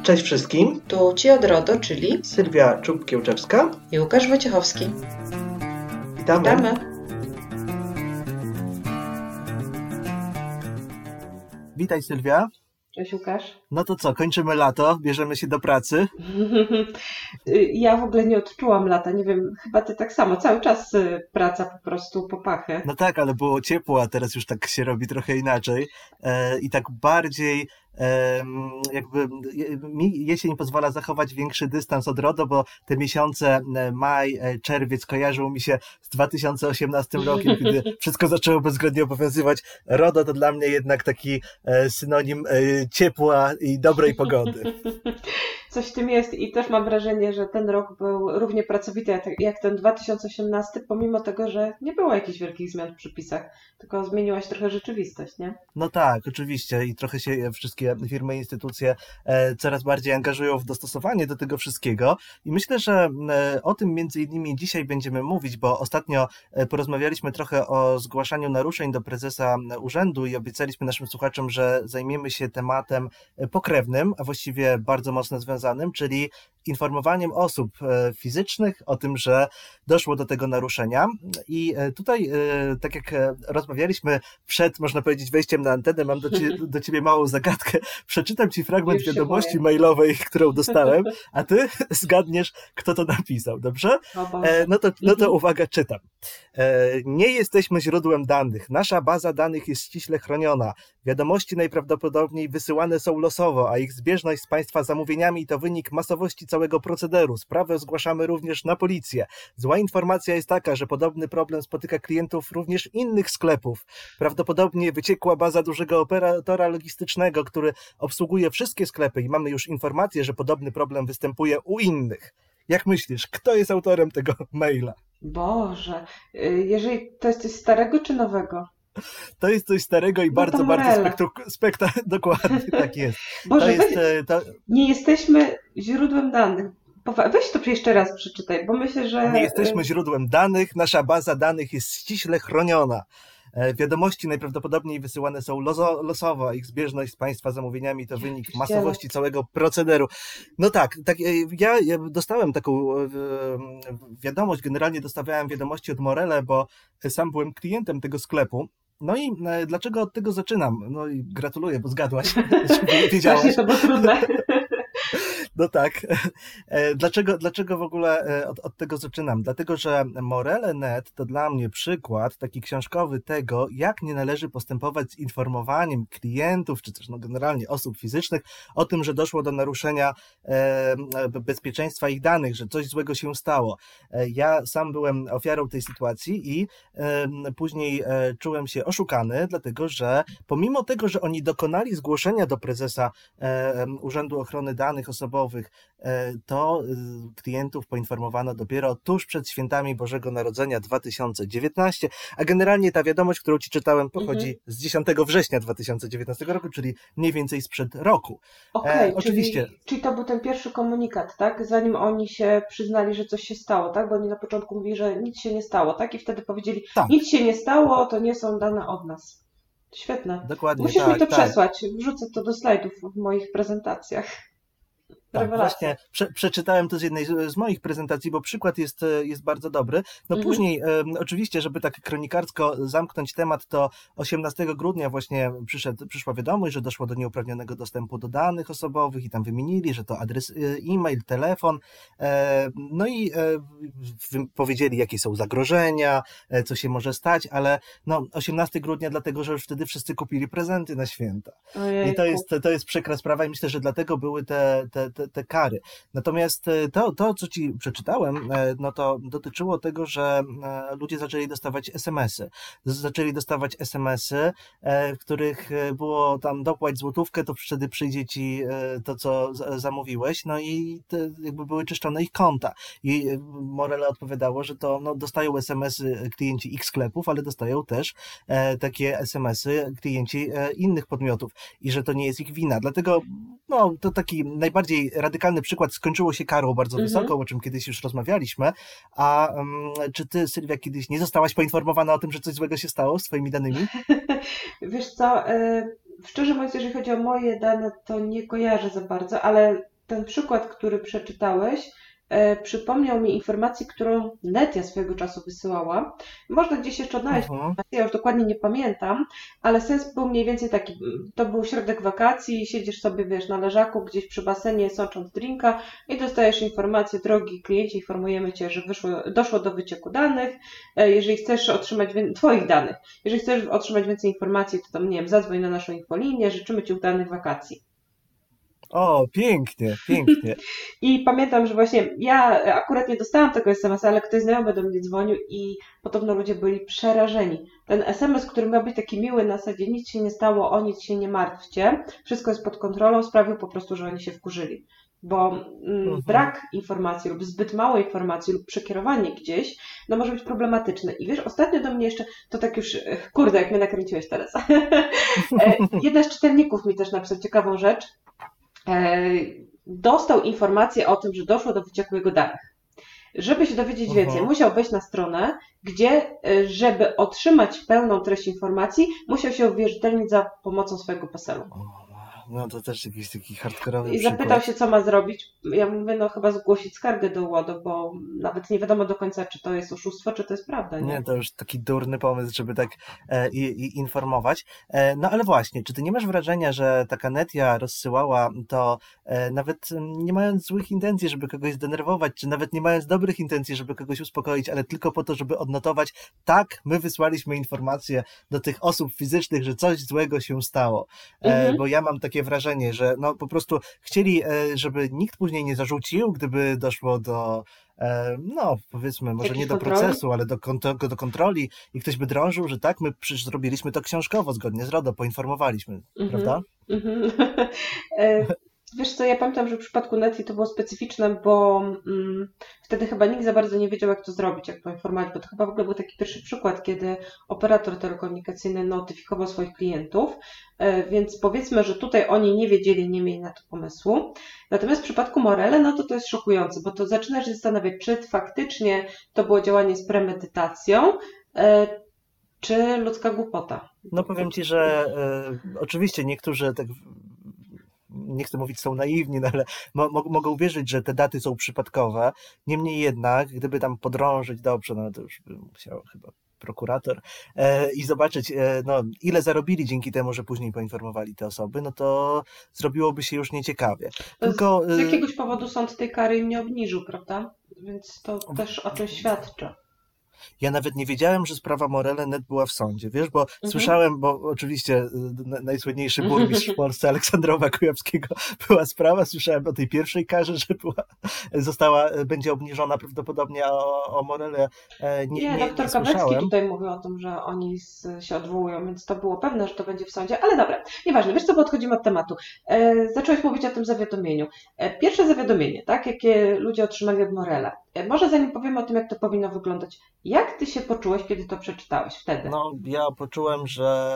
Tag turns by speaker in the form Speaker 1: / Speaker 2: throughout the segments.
Speaker 1: Cześć wszystkim.
Speaker 2: Tu Ci od RODO, czyli
Speaker 1: Sylwia Czub-Kiełczewska
Speaker 2: i Łukasz Wojciechowski.
Speaker 1: Witamy. Witaj Sylwia.
Speaker 2: Cześć Łukasz.
Speaker 1: No to co, kończymy lato, bierzemy się do pracy.
Speaker 2: Ja w ogóle nie odczułam lata, nie wiem, chyba ty tak samo, cały czas praca po prostu po pachę.
Speaker 1: No tak, ale było ciepło, a teraz już tak się robi trochę inaczej i tak bardziej jakby mi jesień pozwala zachować większy dystans od RODO, bo te miesiące maj, czerwiec kojarzą mi się z 2018 rokiem, kiedy wszystko zaczęło bezwzględnie obowiązywać. RODO to dla mnie jednak taki synonim ciepła i dobrej pogody.
Speaker 2: Coś w tym jest i też mam wrażenie, że ten rok był równie pracowity jak ten 2018, pomimo tego, że nie było jakichś wielkich zmian w przepisach, tylko zmieniła się trochę rzeczywistość, nie?
Speaker 1: No tak, oczywiście i trochę się wszystkie firmy i instytucje coraz bardziej angażują w dostosowanie do tego wszystkiego i myślę, że o tym między innymi dzisiaj będziemy mówić, bo ostatnio porozmawialiśmy trochę o zgłaszaniu naruszeń do prezesa urzędu i obiecaliśmy naszym słuchaczom, że zajmiemy się tematem pokrewnym, a właściwie bardzo mocno związanym, czyli informowaniem osób fizycznych o tym, że doszło do tego naruszenia. I tutaj, tak jak rozmawialiśmy przed, można powiedzieć, wejściem na antenę, mam do ciebie małą zagadkę. Przeczytam ci fragment wiadomości mailowej, którą dostałem, a ty zgadniesz, kto to napisał, dobrze? No to uwaga, czytam. Nie jesteśmy źródłem danych. Nasza baza danych jest ściśle chroniona. Wiadomości najprawdopodobniej wysyłane są losowo, a ich zbieżność z Państwa zamówieniami to wynik masowości całego procederu. Sprawę zgłaszamy również na policję. Zła informacja jest taka, że podobny problem spotyka klientów również innych sklepów. Prawdopodobnie wyciekła baza dużego operatora logistycznego, który obsługuje wszystkie sklepy i mamy już informację, że podobny problem występuje u innych. Jak myślisz, kto jest autorem tego maila?
Speaker 2: Boże, jeżeli to jest coś starego czy nowego?
Speaker 1: To jest coś starego i bardzo dokładnie tak jest.
Speaker 2: Boże, nie jesteśmy źródłem danych. Weź to jeszcze raz przeczytaj, bo myślę, że...
Speaker 1: Nie jesteśmy źródłem danych, nasza baza danych jest ściśle chroniona. Wiadomości najprawdopodobniej wysyłane są losowo, a ich zbieżność z Państwa zamówieniami to wynik masowości całego procederu. No tak, ja dostałem taką wiadomość, generalnie dostawałem wiadomości od Morele, bo sam byłem klientem tego sklepu. No i dlaczego od tego zaczynam? No i gratuluję, bo zgadłaś. Wiedziałaś.
Speaker 2: Właśnie to było trudne.
Speaker 1: No tak. Dlaczego w ogóle od tego zaczynam? Dlatego, że Morele.net to dla mnie przykład taki książkowy tego, jak nie należy postępować z informowaniem klientów, czy też generalnie osób fizycznych o tym, że doszło do naruszenia bezpieczeństwa ich danych, że coś złego się stało. Ja sam byłem ofiarą tej sytuacji i później czułem się oszukany, dlatego, że pomimo tego, że oni dokonali zgłoszenia do prezesa Urzędu Ochrony Danych Osobowych, to klientów poinformowano dopiero tuż przed świętami Bożego Narodzenia 2019, a generalnie ta wiadomość, którą ci czytałem, pochodzi z 10 września 2019 roku, czyli mniej więcej sprzed roku.
Speaker 2: Okej, czyli to był ten pierwszy komunikat, tak? Zanim oni się przyznali, że coś się stało, tak? Bo oni na początku mówili, że nic się nie stało, tak? I wtedy powiedzieli, nic się nie stało, to nie są dane od nas. Świetne.
Speaker 1: Dokładnie.
Speaker 2: Musisz mi to przesłać. Wrzucę to do slajdów w moich prezentacjach.
Speaker 1: Tak, właśnie przeczytałem to z jednej z moich prezentacji, bo przykład jest bardzo dobry. No później, oczywiście, żeby tak kronikarsko zamknąć temat, to 18 grudnia właśnie przyszła wiadomość, że doszło do nieuprawnionego dostępu do danych osobowych i tam wymienili, że to adres e-mail, telefon, no i powiedzieli, jakie są zagrożenia, co się może stać, ale 18 grudnia dlatego, że już wtedy wszyscy kupili prezenty na święta. Ojejku. I to jest przykra sprawa i myślę, że dlatego były te kary. Natomiast to, co ci przeczytałem, no to dotyczyło tego, że ludzie zaczęli dostawać SMS-y. Zaczęli dostawać SMS-y, w których było tam dopłać złotówkę, to wtedy przyjdzie ci to, co zamówiłeś, no i jakby były czyszczone ich konta. I Morele odpowiadało, że to dostają SMS-y klienci ich sklepów, ale dostają też takie SMS-y klienci innych podmiotów i że to nie jest ich wina. Dlatego to taki najbardziej radykalny przykład, skończyło się karą bardzo wysoką, o czym kiedyś już rozmawialiśmy. A czy ty, Sylwia, kiedyś nie zostałaś poinformowana o tym, że coś złego się stało z twoimi danymi?
Speaker 2: Wiesz co, szczerze mówiąc, jeżeli chodzi o moje dane, to nie kojarzę za bardzo, ale ten przykład, który przeczytałeś, przypomniał mi informację, którą Netia swojego czasu wysyłała. Można gdzieś jeszcze odnaleźć informację, ja już dokładnie nie pamiętam, ale sens był mniej więcej taki, to był środek wakacji, siedzisz sobie, wiesz, na leżaku gdzieś przy basenie, sącząc drinka i dostajesz informację: drogi kliencie, informujemy Cię, że doszło do wycieku danych, jeżeli chcesz otrzymać Twoich danych, jeżeli chcesz otrzymać więcej informacji, to tam, nie wiem, zadzwoń na naszą infolinię, życzymy Ci udanych wakacji.
Speaker 1: O, pięknie, pięknie.
Speaker 2: I pamiętam, że właśnie ja akurat nie dostałam tego SMS-a, ale ktoś znajomy do mnie dzwonił i podobno ludzie byli przerażeni. Ten SMS, który miał być taki miły na zasadzie nic się nie stało, o nic się nie martwcie, wszystko jest pod kontrolą, sprawił po prostu, że oni się wkurzyli. Bo brak informacji lub zbyt mało informacji lub przekierowanie gdzieś, no może być problematyczne. I wiesz, ostatnio do mnie jeszcze, to tak już, kurde, jak mnie nakręciłeś teraz. Jeden z czytelników mi też napisał ciekawą rzecz. Dostał informację o tym, że doszło do wycieku jego danych. Żeby się dowiedzieć więcej, musiał wejść na stronę, gdzie, żeby otrzymać pełną treść informacji, musiał się uwierzytelnić za pomocą swojego PESEL-u.
Speaker 1: No to też jakiś taki hardkorowy
Speaker 2: I zapytał się, co ma zrobić. Ja mówię, no chyba zgłosić skargę do UODO, bo nawet nie wiadomo do końca, czy to jest oszustwo, czy to jest prawda. Nie,
Speaker 1: to już taki durny pomysł, żeby tak informować. No ale właśnie, czy ty nie masz wrażenia, że taka Netia rozsyłała to nawet nie mając złych intencji, żeby kogoś zdenerwować, czy nawet nie mając dobrych intencji, żeby kogoś uspokoić, ale tylko po to, żeby odnotować: tak, my wysłaliśmy informacje do tych osób fizycznych, że coś złego się stało. Bo ja mam takie wrażenie, że no po prostu chcieli, żeby nikt później nie zarzucił, gdyby doszło do, no powiedzmy, może nie do procesu, ale do kontroli i ktoś by drążył, że tak, my przecież zrobiliśmy to książkowo, zgodnie z RODO, poinformowaliśmy, prawda?
Speaker 2: Wiesz co, ja pamiętam, że w przypadku Netii to było specyficzne, bo wtedy chyba nikt za bardzo nie wiedział, jak to zrobić, jak poinformować, bo to chyba w ogóle był taki pierwszy przykład, kiedy operator telekomunikacyjny notyfikował swoich klientów, więc powiedzmy, że tutaj oni nie wiedzieli, nie mieli na to pomysłu. Natomiast w przypadku Morele, no to jest szokujące, bo to zaczynasz się zastanawiać, czy faktycznie to było działanie z premedytacją, czy ludzka głupota.
Speaker 1: No powiem Ci, że oczywiście niektórzy tak, nie chcę mówić, są naiwni, no ale mogą uwierzyć, że te daty są przypadkowe. Niemniej jednak, gdyby tam podrążyć dobrze, no to już by musiał chyba prokurator i zobaczyć, no, ile zarobili dzięki temu, że później poinformowali te osoby, no to zrobiłoby się już nieciekawie.
Speaker 2: Tylko z jakiegoś powodu sąd tej kary im nie obniżył, prawda? Więc to też o tym świadczy.
Speaker 1: Ja nawet nie wiedziałem, że sprawa Morele Net była w sądzie, wiesz, bo słyszałem, bo oczywiście najsłynniejszy burmistrz w Polsce Aleksandrowa Kujawskiego była sprawa, słyszałem o tej pierwszej karze, że będzie obniżona prawdopodobnie, o Morele nie
Speaker 2: doktor Kawecki tutaj mówił o tym, że oni się odwołują, więc to było pewne, że to będzie w sądzie, ale dobra, nieważne, wiesz co, bo odchodzimy od tematu. Zacząłeś mówić o tym zawiadomieniu. Pierwsze zawiadomienie, tak, jakie ludzie otrzymali od Morele. Może zanim powiemy o tym, jak to powinno wyglądać, jak ty się poczułeś, kiedy to przeczytałeś wtedy? No,
Speaker 1: ja poczułem, że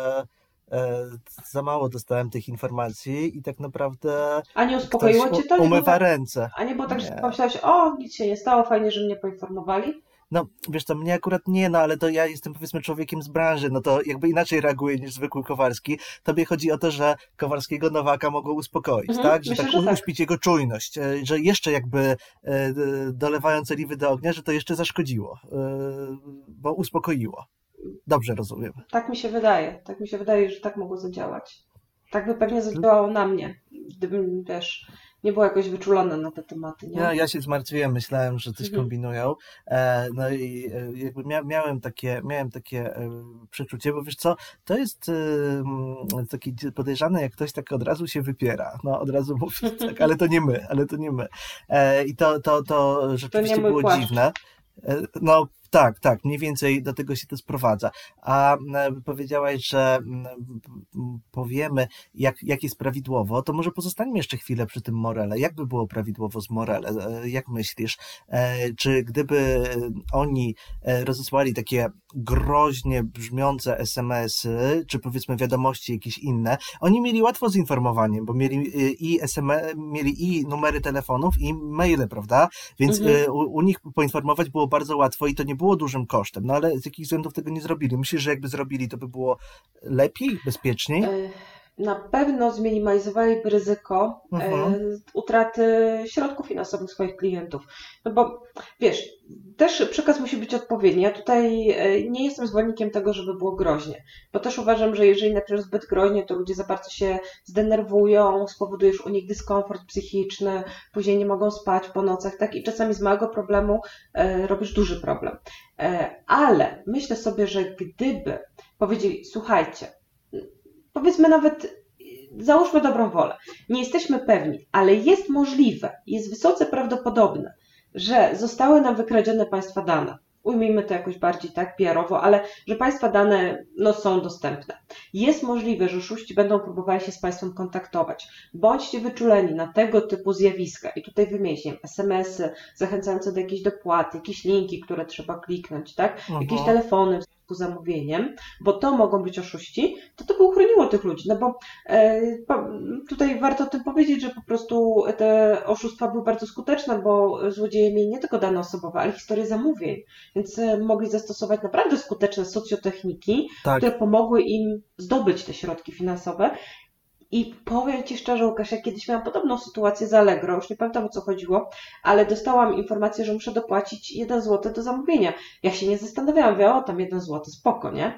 Speaker 1: za mało dostałem tych informacji i tak naprawdę
Speaker 2: a nie uspokoiło cię to?
Speaker 1: Umywa ręce.
Speaker 2: A nie było tak, że pomyślałeś: o, nic się nie stało, fajnie, że mnie poinformowali?
Speaker 1: No, wiesz co, mnie akurat nie, no ale to ja jestem, powiedzmy, człowiekiem z branży, no to jakby inaczej reaguję niż zwykły Kowalski. Tobie chodzi o to, że Kowalskiego Nowaka mogło uspokoić, tak? Że myślę, tak uśpić jego czujność, że jeszcze jakby dolewając oliwy do ognia, że to jeszcze zaszkodziło, bo uspokoiło. Dobrze rozumiem.
Speaker 2: Tak mi się wydaje, że tak mogło zadziałać. Tak by pewnie zadziałało na mnie, gdybym, wiesz, nie było jakoś wyczulone na te tematy, nie?
Speaker 1: Ja się zmartwiłem, myślałem, że coś kombinują. No i jakby miałem takie przeczucie, bo wiesz co, to jest taki podejrzane, jak ktoś tak od razu się wypiera. No od razu mówi, tak, ale to nie my. I to rzeczywiście było dziwne. No tak, mniej więcej do tego się to sprowadza. A powiedziałaś, że powiemy, jak jest prawidłowo, to może pozostańmy jeszcze chwilę przy tym Morele. Jak by było prawidłowo z Morele? Jak myślisz? Czy gdyby oni rozesłali takie groźnie brzmiące SMS-y, czy powiedzmy wiadomości jakieś inne, oni mieli łatwo z informowaniem, bo mieli i SMS, mieli i numery telefonów, i maile, prawda? Więc u nich poinformować było bardzo łatwo i to nie było dużym kosztem, no ale z jakich względów tego nie zrobili? Myślisz, że jakby zrobili, to by było lepiej, bezpieczniej?
Speaker 2: na pewno zminimalizowaliby ryzyko utraty środków finansowych swoich klientów. No bo wiesz, też przekaz musi być odpowiedni. Ja tutaj nie jestem zwolennikiem tego, żeby było groźnie, bo też uważam, że jeżeli napiszesz zbyt groźnie, to ludzie za bardzo się zdenerwują, spowodujesz u nich dyskomfort psychiczny, później nie mogą spać po nocach, tak? I czasami z małego problemu robisz duży problem. Ale myślę sobie, że gdyby powiedzieli, słuchajcie, powiedzmy nawet, załóżmy dobrą wolę, nie jesteśmy pewni, ale jest możliwe, jest wysoce prawdopodobne, że zostały nam wykradzione Państwa dane. Ujmijmy to jakoś bardziej tak PR-owo, ale że Państwa dane są dostępne. Jest możliwe, że oszuści będą próbowali się z Państwem kontaktować. Bądźcie wyczuleni na tego typu zjawiska. I tutaj wymienię SMS-y zachęcające do jakiejś dopłaty, jakieś linki, które trzeba kliknąć, tak? Jakieś telefony z zamówieniem, bo to mogą być oszuści, to by uchroniło tych ludzi, no bo tutaj warto o tym powiedzieć, że po prostu te oszustwa były bardzo skuteczne, bo złodzieje mieli nie tylko dane osobowe, ale historię zamówień, więc mogli zastosować naprawdę skuteczne socjotechniki, które pomogły im zdobyć te środki finansowe. I powiem Ci szczerze, Łukasz, ja kiedyś miałam podobną sytuację z Allegro, już nie pamiętam o co chodziło, ale dostałam informację, że muszę dopłacić 1 zł do zamówienia. Ja się nie zastanawiałam, mówię, tam 1 zł, spoko, nie?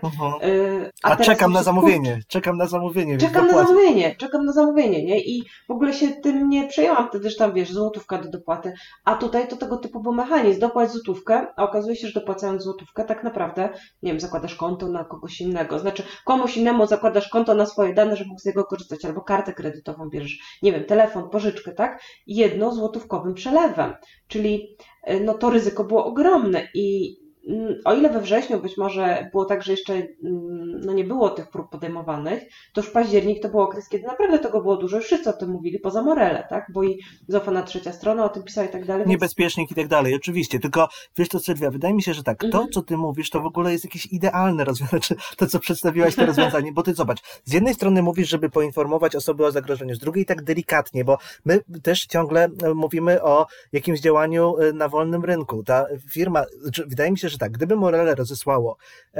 Speaker 1: A czekam na zamówienie, czekam na zamówienie.
Speaker 2: Czekam na zamówienie, nie? I w ogóle się tym nie przejęłam wtedy, że tam, wiesz, złotówka do dopłaty. A tutaj to tego typu był mechanizm, dopłać złotówkę, a okazuje się, że dopłacając złotówkę, tak naprawdę, nie wiem, zakładasz konto na kogoś innego, znaczy komuś innemu zakładasz konto na swoje dane, żeby mógł z niego korzystać, albo kartę kredytową bierzesz, nie wiem, telefon, pożyczkę, tak? 1 złotówkowym przelewem, czyli to ryzyko było ogromne i o ile we wrześniu być może było tak, że jeszcze nie było tych prób podejmowanych, to już październik to był okres, kiedy naprawdę tego było dużo, już wszyscy o tym mówili, poza Morele, tak? Bo i Zaufana Trzecia Strona o tym pisała i tak dalej.
Speaker 1: Niebezpiecznik i tak dalej, oczywiście, tylko wiesz to, Sylwia, wydaje mi się, że tak, to co ty mówisz, to w ogóle jest jakieś idealne rozwiązanie, to co przedstawiłaś to rozwiązanie, bo ty zobacz, z jednej strony mówisz, żeby poinformować osoby o zagrożeniu, z drugiej tak delikatnie, bo my też ciągle mówimy o jakimś działaniu na wolnym rynku. Ta firma, wydaje mi się, że tak, gdyby Morele rozesłało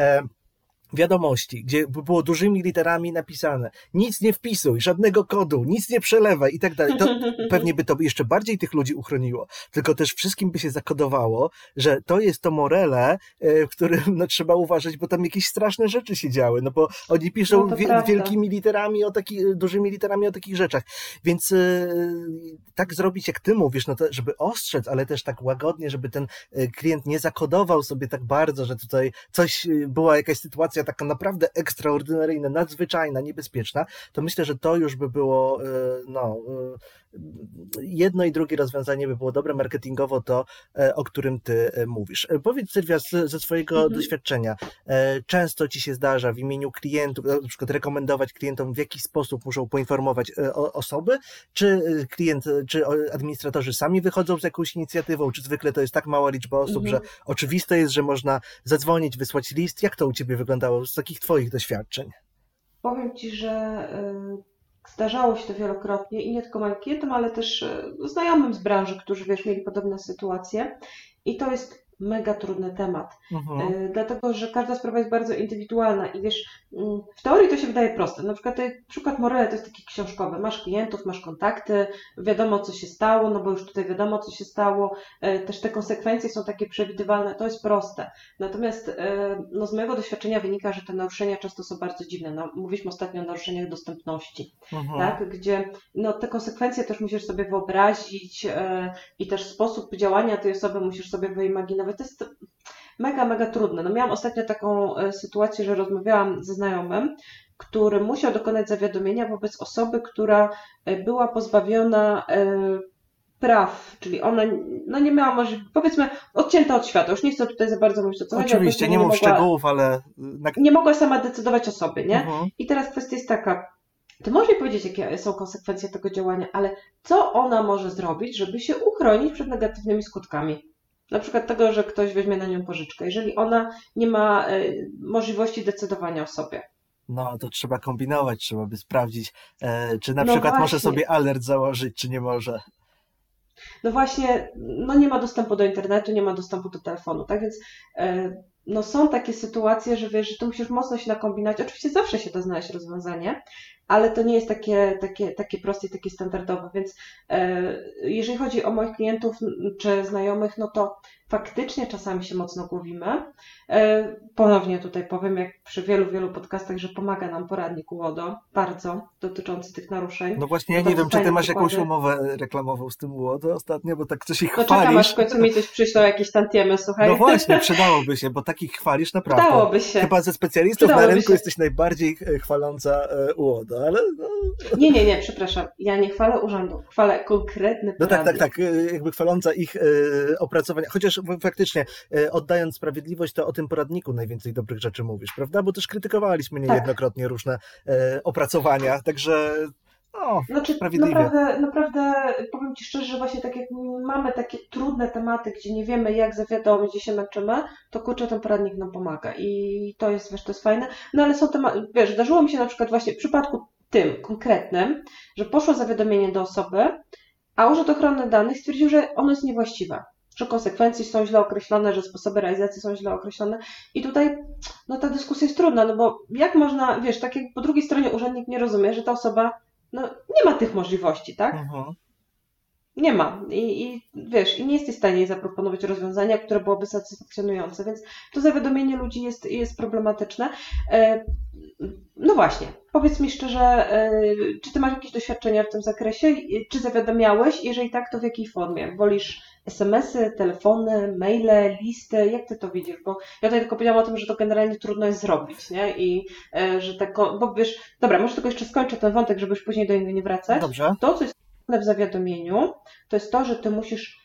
Speaker 1: wiadomości, gdzie by było dużymi literami napisane, nic nie wpisuj, żadnego kodu, nic nie przelewaj i tak dalej, to pewnie by to jeszcze bardziej tych ludzi uchroniło. Tylko też wszystkim by się zakodowało, że to jest to Morele, w którym trzeba uważać, bo tam jakieś straszne rzeczy się działy, bo oni piszą wielkimi literami dużymi literami o takich rzeczach. Więc tak zrobić, jak ty mówisz, to żeby ostrzec, ale też tak łagodnie, żeby ten klient nie zakodował sobie tak bardzo, że tutaj była jakaś sytuacja taka naprawdę ekstraordynaryjna, nadzwyczajna, niebezpieczna, to myślę, że to już by było jedno i drugie rozwiązanie by było dobre marketingowo, to o którym ty mówisz. Powiedz, Sylwia, ze swojego doświadczenia, często ci się zdarza w imieniu klientów, na przykład rekomendować klientom, w jaki sposób muszą poinformować osoby, czy administratorzy sami wychodzą z jakąś inicjatywą, czy zwykle to jest tak mała liczba osób, że oczywiste jest, że można zadzwonić, wysłać list. Jak to u ciebie wyglądało z takich twoich doświadczeń?
Speaker 2: Powiem ci, że zdarzało się to wielokrotnie i nie tylko moim klientom, ale też znajomym z branży, którzy, mieli podobne sytuacje i to jest mega trudny temat, dlatego, że każda sprawa jest bardzo indywidualna i w teorii to się wydaje proste. Na przykład Morele to jest taki książkowy. Masz klientów, masz kontakty, wiadomo co się stało, bo już tutaj wiadomo co się stało, też te konsekwencje są takie przewidywalne, to jest proste. Natomiast z mojego doświadczenia wynika, że te naruszenia często są bardzo dziwne. Mówiliśmy ostatnio o naruszeniach dostępności, tak? Gdzie te konsekwencje też musisz sobie wyobrazić i też sposób działania tej osoby musisz sobie wyimaginować. To jest mega, mega trudne. Miałam ostatnio taką sytuację, że rozmawiałam ze znajomym, który musiał dokonać zawiadomienia wobec osoby, która była pozbawiona praw, czyli ona nie miała możliwości, powiedzmy, odcięta od świata. Już nie chcę tutaj za bardzo mówić o co chodzi.
Speaker 1: Oczywiście, nie mów szczegółów, ale...
Speaker 2: Nie mogła sama decydować o sobie, nie? I teraz kwestia jest taka, ty możesz mi powiedzieć, jakie są konsekwencje tego działania, ale co ona może zrobić, żeby się uchronić przed negatywnymi skutkami? Na przykład tego, że ktoś weźmie na nią pożyczkę, jeżeli ona nie ma możliwości decydowania o sobie.
Speaker 1: To trzeba kombinować, trzeba by sprawdzić, czy na przykład właśnie może sobie alert założyć, czy nie może.
Speaker 2: Właśnie, nie ma dostępu do internetu, nie ma dostępu do telefonu, tak więc są takie sytuacje, że że tu musisz mocno się nakombinować. Oczywiście zawsze się da znaleźć rozwiązanie, ale to nie jest takie proste i takie standardowe, więc jeżeli chodzi o moich klientów czy znajomych, no to faktycznie czasami się mocno głowimy. Ponownie tutaj powiem, jak przy wielu podcastach, że pomaga nam poradnik UODO, bardzo dotyczący tych naruszeń.
Speaker 1: No właśnie, ja nie wiem, czy ty masz jakąś umowę reklamową z tym UODO ostatnio, bo tak coś ich chwalisz.
Speaker 2: No czekam, aż w końcu mi coś przyślą, jakieś tantiemy, słuchaj.
Speaker 1: No właśnie, przydałoby się, bo takich chwalisz naprawdę.
Speaker 2: Przydałoby się.
Speaker 1: Chyba ze specjalistów na rynku jesteś najbardziej chwaląca UODO, ale... No...
Speaker 2: Nie, przepraszam, ja nie chwalę urzędu, chwalę konkretny poradnik.
Speaker 1: No tak, jakby chwaląca ich opracowania, chociaż faktycznie oddając sprawiedliwość, to o tym poradniku najwięcej dobrych rzeczy mówisz, prawda? Bo też krytykowaliśmy niejednokrotnie różne opracowania, także sprawiedliwie.
Speaker 2: Naprawdę powiem Ci szczerze, że właśnie tak jak mamy takie trudne tematy, gdzie nie wiemy jak zawiadomić, gdzie się męczymy, to kurczę, ten poradnik nam pomaga i to jest, to jest fajne. No ale są tematy, zdarzyło mi się na przykład właśnie w przypadku tym konkretnym, że poszło zawiadomienie do osoby, a Urząd Ochrony Danych stwierdził, że ono jest niewłaściwe, że konsekwencje są źle określone, że sposoby realizacji są źle określone i tutaj ta dyskusja jest trudna, no bo jak można, tak jak po drugiej stronie urzędnik nie rozumie, że ta osoba nie ma tych możliwości, tak? Nie ma. I nie jesteś w stanie jej zaproponować rozwiązania, które byłoby satysfakcjonujące, więc to zawiadomienie ludzi jest problematyczne. No właśnie, powiedz mi szczerze, czy ty masz jakieś doświadczenia w tym zakresie? Czy zawiadamiałeś? Jeżeli tak, to w jakiej formie? Wolisz SMS-y, telefony, maile, listy? Jak ty to widzisz? Bo ja tutaj tylko powiedziałam o tym, że to generalnie trudno jest zrobić, nie? I że bo dobra, może tylko jeszcze skończę ten wątek, żeby już później do niego nie wracać.
Speaker 1: Dobrze.
Speaker 2: To, co jest w zawiadomieniu, to jest to, że ty musisz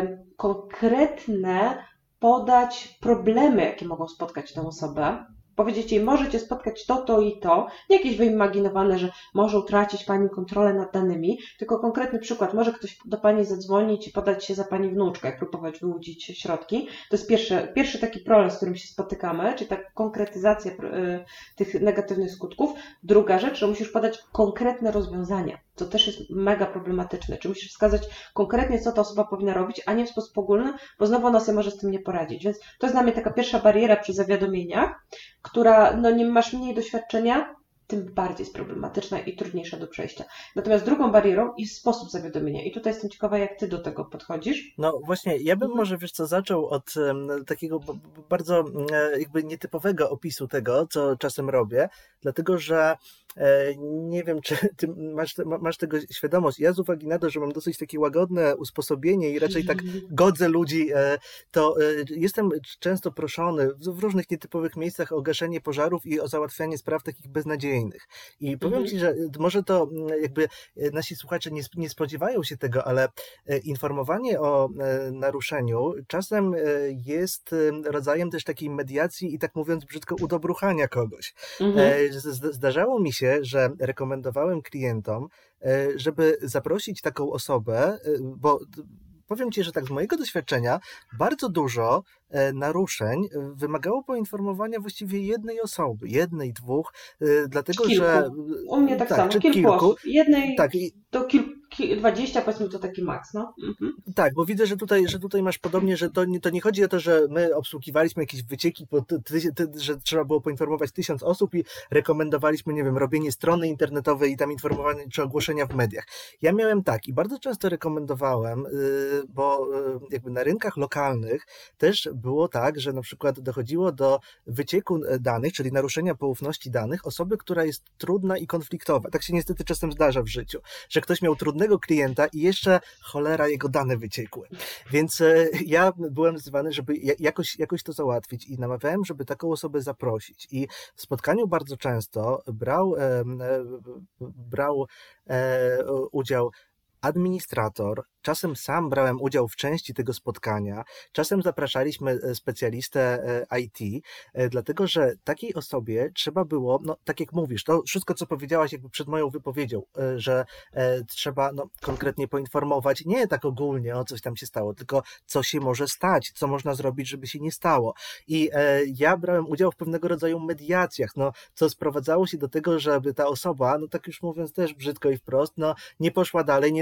Speaker 2: konkretne podać problemy, jakie mogą spotkać tę osobę. Powiedzieć jej, możecie spotkać to i to, nie jakieś wyimaginowane, że może utracić Pani kontrolę nad danymi, tylko konkretny przykład, może ktoś do Pani zadzwonić i podać się za Pani wnuczkę, próbować wyłudzić środki. To jest pierwszy taki problem, z którym się spotykamy, czyli ta konkretyzacja tych negatywnych skutków. Druga rzecz, że musisz podać konkretne rozwiązania, co też jest mega problematyczne, czy musisz wskazać konkretnie, co ta osoba powinna robić, a nie w sposób ogólny, bo znowu ona sobie może z tym nie poradzić. Więc to jest dla mnie taka pierwsza bariera przy zawiadomieniach, która, nie masz mniej doświadczenia, tym bardziej jest problematyczna i trudniejsza do przejścia. Natomiast drugą barierą jest sposób zawiadomienia i tutaj jestem ciekawa, jak ty do tego podchodzisz.
Speaker 1: No właśnie, ja bym może, zaczął od takiego bardzo jakby nietypowego opisu tego, co czasem robię, dlatego że nie wiem, czy ty masz tego świadomość. Ja z uwagi na to, że mam dosyć takie łagodne usposobienie i raczej tak godzę ludzi, to jestem często proszony w różnych nietypowych miejscach o gaszenie pożarów i o załatwianie spraw takich beznadziejnych. I powiem Ci, że może to jakby nasi słuchacze nie spodziewają się tego, ale informowanie o naruszeniu czasem jest rodzajem też takiej mediacji i tak mówiąc brzydko udobruchania kogoś. Zdarzało mi się, że rekomendowałem klientom, żeby zaprosić taką osobę, bo powiem Ci, że tak z mojego doświadczenia bardzo dużo naruszeń wymagało poinformowania właściwie jednej osoby, jednej, dwóch, dlatego
Speaker 2: kilku.
Speaker 1: Że...
Speaker 2: U mnie tak samo, kilku osób. Jednej do 20 powiedzmy to taki maks, no.
Speaker 1: Tak, bo widzę, że tutaj masz podobnie, że to nie chodzi o to, że my obsługiwaliśmy jakieś wycieki, że trzeba było poinformować 1000 osób i rekomendowaliśmy, nie wiem, robienie strony internetowej i tam informowanie czy ogłoszenia w mediach. Ja miałem tak i bardzo często rekomendowałem, bo jakby na rynkach lokalnych też było tak, że na przykład dochodziło do wycieku danych, czyli naruszenia poufności danych osoby, która jest trudna i konfliktowa. Tak się niestety czasem zdarza w życiu, że ktoś miał trudnego klienta i jeszcze cholera jego dane wyciekły. Więc ja byłem wzywany, żeby jakoś to załatwić i namawiałem, żeby taką osobę zaprosić. I w spotkaniu bardzo często brał udział administrator, czasem sam brałem udział w części tego spotkania, czasem zapraszaliśmy specjalistę IT, dlatego że takiej osobie trzeba było, tak jak mówisz, to wszystko, co powiedziałaś jakby przed moją wypowiedzią, że trzeba konkretnie poinformować, nie tak ogólnie o coś tam się stało, tylko co się może stać, co można zrobić, żeby się nie stało. I ja brałem udział w pewnego rodzaju mediacjach, co sprowadzało się do tego, żeby ta osoba, tak już mówiąc też brzydko i wprost, nie poszła dalej, nie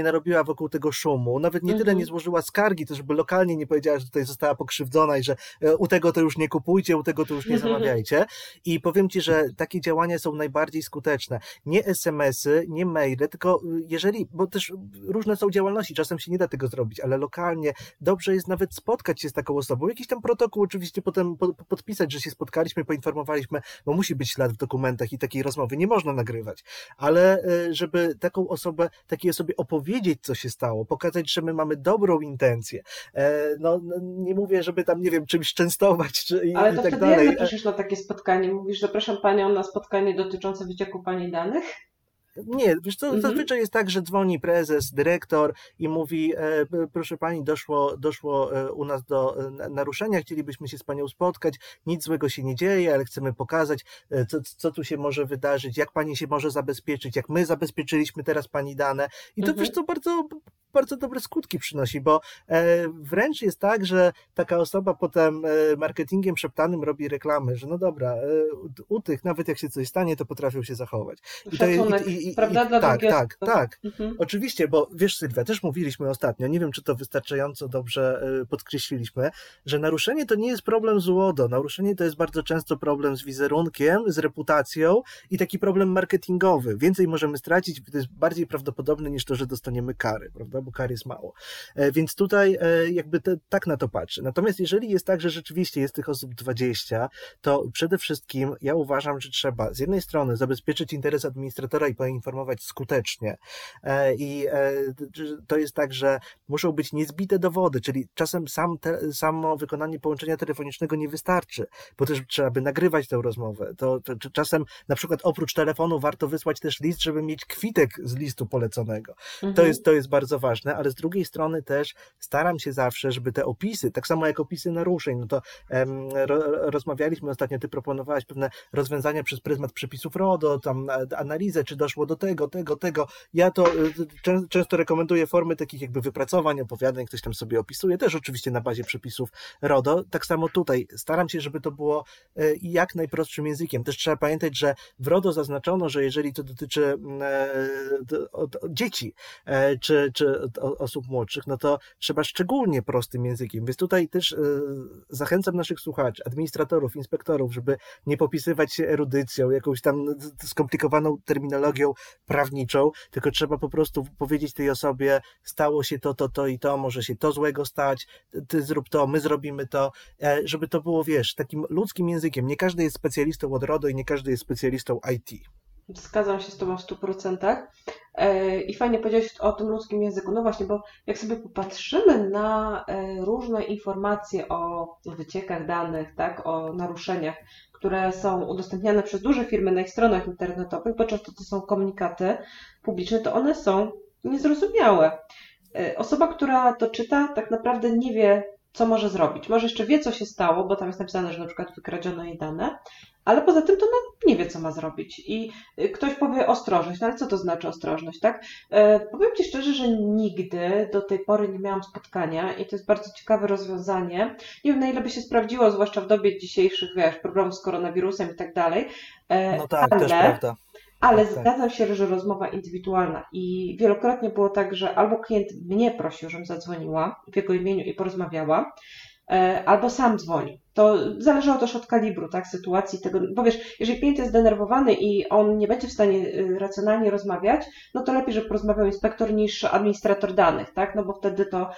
Speaker 1: narobiła wokół tego szumu, nawet nie tyle nie złożyła skargi, to żeby lokalnie nie powiedziała, że tutaj została pokrzywdzona i że u tego to już nie kupujcie, u tego to już nie zamawiajcie. I powiem Ci, że takie działania są najbardziej skuteczne. Nie SMS-y, nie maile, tylko jeżeli, bo też różne są działalności, czasem się nie da tego zrobić, ale lokalnie dobrze jest nawet spotkać się z taką osobą, jakiś tam protokół oczywiście potem podpisać, że się spotkaliśmy, poinformowaliśmy, bo musi być ślad w dokumentach i takiej rozmowy nie można nagrywać, ale żeby takiej osobie opowiedzieć, co się stało, pokazać, że my mamy dobrą intencję. No, nie mówię, żeby tam, nie wiem, czymś częstować
Speaker 2: ale to
Speaker 1: i tak
Speaker 2: wtedy
Speaker 1: dalej.
Speaker 2: Jak zapraszasz na takie spotkanie? Mówisz, zapraszam Panią na spotkanie dotyczące wycieku Pani danych?
Speaker 1: Nie, wiesz co, zazwyczaj jest tak, że dzwoni prezes, dyrektor i mówi, proszę Pani, doszło u nas do naruszenia, chcielibyśmy się z Panią spotkać, nic złego się nie dzieje, ale chcemy pokazać, co tu się może wydarzyć, jak Pani się może zabezpieczyć, jak my zabezpieczyliśmy teraz Pani dane i to wiesz co, bardzo, bardzo dobre skutki przynosi, bo wręcz jest tak, że taka osoba potem marketingiem szeptanym robi reklamy, że no dobra, u tych nawet jak się coś stanie, to potrafią się zachować.
Speaker 2: Prawda? Dla
Speaker 1: tak. Oczywiście, bo wiesz, Sylwia, też mówiliśmy ostatnio, nie wiem, czy to wystarczająco dobrze podkreśliliśmy, że naruszenie to nie jest problem z UODO, naruszenie to jest bardzo często problem z wizerunkiem, z reputacją i taki problem marketingowy. Więcej możemy stracić, to jest bardziej prawdopodobne niż to, że dostaniemy kary, prawda, bo kar jest mało. Więc tutaj jakby tak na to patrzę. Natomiast jeżeli jest tak, że rzeczywiście jest tych osób 20, to przede wszystkim ja uważam, że trzeba z jednej strony zabezpieczyć interes administratora i poinformować skutecznie. I to jest tak, że muszą być niezbite dowody, czyli czasem samo wykonanie połączenia telefonicznego nie wystarczy, bo też trzeba by nagrywać tę rozmowę. To czasem na przykład oprócz telefonu warto wysłać też list, żeby mieć kwitek z listu poleconego. To jest bardzo ważne, ale z drugiej strony też staram się zawsze, żeby te opisy, tak samo jak opisy naruszeń, no to rozmawialiśmy ostatnio, ty proponowałaś pewne rozwiązania przez pryzmat przepisów RODO, tam analizę, czy doszło do tego. Ja to często rekomenduję formy takich jakby wypracowań, opowiadań, ktoś tam sobie opisuje, też oczywiście na bazie przepisów RODO. Tak samo tutaj staram się, żeby to było jak najprostszym językiem. Też trzeba pamiętać, że w RODO zaznaczono, że jeżeli to dotyczy dzieci czy osób młodszych, no to trzeba szczególnie prostym językiem. Więc tutaj też zachęcam naszych słuchaczy, administratorów, inspektorów, żeby nie popisywać się erudycją, jakąś tam skomplikowaną terminologią prawniczą, tylko trzeba po prostu powiedzieć tej osobie, stało się to i to, może się to złego stać, ty zrób to, my zrobimy to, żeby to było, wiesz, takim ludzkim językiem. Nie każdy jest specjalistą od RODO i nie każdy jest specjalistą IT.
Speaker 2: Zgadzam się z Tobą w 100%. I fajnie powiedziałeś o tym ludzkim języku. No właśnie, bo jak sobie popatrzymy na różne informacje o wyciekach danych, tak, o naruszeniach, które są udostępniane przez duże firmy na ich stronach internetowych, bo często to są komunikaty publiczne, to one są niezrozumiałe. Osoba, która to czyta, tak naprawdę nie wie, co może zrobić. Może jeszcze wie, co się stało, bo tam jest napisane, że na przykład wykradziono jej dane, ale poza tym to nie wie, co ma zrobić. I ktoś powie ostrożność, no ale co to znaczy ostrożność, tak? Powiem Ci szczerze, że nigdy do tej pory nie miałam spotkania i to jest bardzo ciekawe rozwiązanie. Nie wiem, na ile by się sprawdziło, zwłaszcza w dobie dzisiejszych, wiesz, problemów z koronawirusem i tak dalej.
Speaker 1: No tak, też prawda.
Speaker 2: Ale zgadzam się, że rozmowa indywidualna i wielokrotnie było tak, że albo klient mnie prosił, żebym zadzwoniła w jego imieniu i porozmawiała, albo sam dzwonił. To zależało też od kalibru, tak, sytuacji tego, bo wiesz, jeżeli klient jest zdenerwowany i on nie będzie w stanie racjonalnie rozmawiać, no to lepiej, żeby porozmawiał inspektor niż administrator danych, tak, no bo wtedy to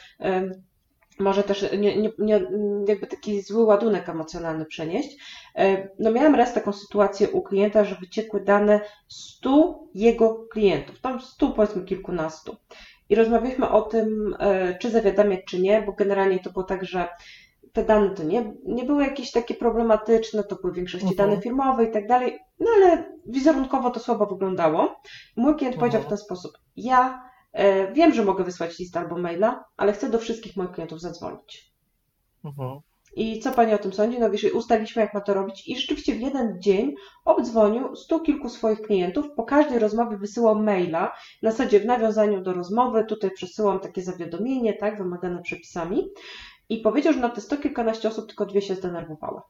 Speaker 2: może też nie jakby taki zły ładunek emocjonalny przenieść. No miałam raz taką sytuację u klienta, że wyciekły dane 100 jego klientów, tam 100 powiedzmy kilkunastu. I rozmawialiśmy o tym, czy zawiadamiać, czy nie, bo generalnie to było tak, że te dane to nie były jakieś takie problematyczne, to były w większości dane firmowe i tak dalej, no ale wizerunkowo to słabo wyglądało. Mój klient powiedział w ten sposób, ja wiem, że mogę wysłać list albo maila, ale chcę do wszystkich moich klientów zadzwonić. I co Pani o tym sądzi? No wiesz, ustaliliśmy, jak ma to robić i rzeczywiście w jeden dzień obdzwonił 100 kilku swoich klientów, po każdej rozmowie wysyłał maila, w zasadzie w nawiązaniu do rozmowy, tutaj przesyłam takie zawiadomienie, tak, wymagane przepisami i powiedział, że na te 100 kilkanaście osób tylko 2 się zdenerwowały.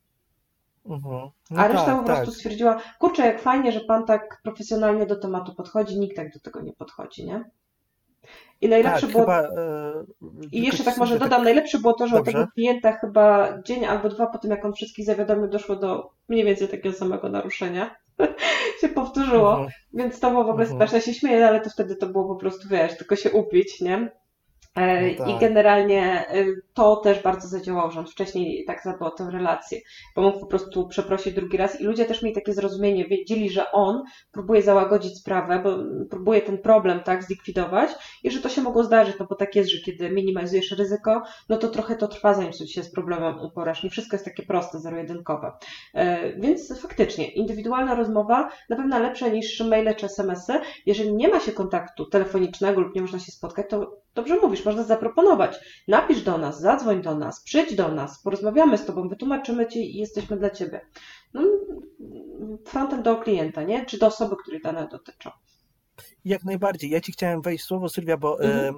Speaker 1: No
Speaker 2: a reszta po prostu stwierdziła, kurczę, jak fajnie, że Pan tak profesjonalnie do tematu podchodzi, nikt tak do tego nie podchodzi, nie? I najlepsze było... I jeszcze tak może dodam, najlepsze było to, że od tego klienta chyba dzień albo dwa po tym, jak on wszystkich zawiadomił, doszło do mniej więcej takiego samego naruszenia. się powtórzyło, więc to było w ogóle strasznie, się śmieję, ale to wtedy to było po prostu, wiesz, tylko się upić, nie? No tak. I generalnie to też bardzo zadziałało, że on wcześniej tak zadbał o tę relację, bo mógł po prostu przeprosić drugi raz i ludzie też mieli takie zrozumienie, wiedzieli, że on próbuje załagodzić sprawę, bo próbuje ten problem tak zlikwidować i że to się mogło zdarzyć, no bo tak jest, że kiedy minimalizujesz ryzyko, no to trochę to trwa, zanim się z problemem uporasz. Nie wszystko jest takie proste, zero-jedynkowe. Więc faktycznie indywidualna rozmowa na pewno lepsza niż maile czy SMS-y. Jeżeli nie ma się kontaktu telefonicznego lub nie można się spotkać, to dobrze mówisz, można zaproponować. Napisz do nas, zadzwoń do nas, przyjdź do nas, porozmawiamy z tobą, wytłumaczymy ci i jesteśmy dla ciebie. No, frontem do klienta, nie? Czy do osoby, której dane dotyczą.
Speaker 1: Jak najbardziej. Ja ci chciałem wejść w słowo, Sylwia, bo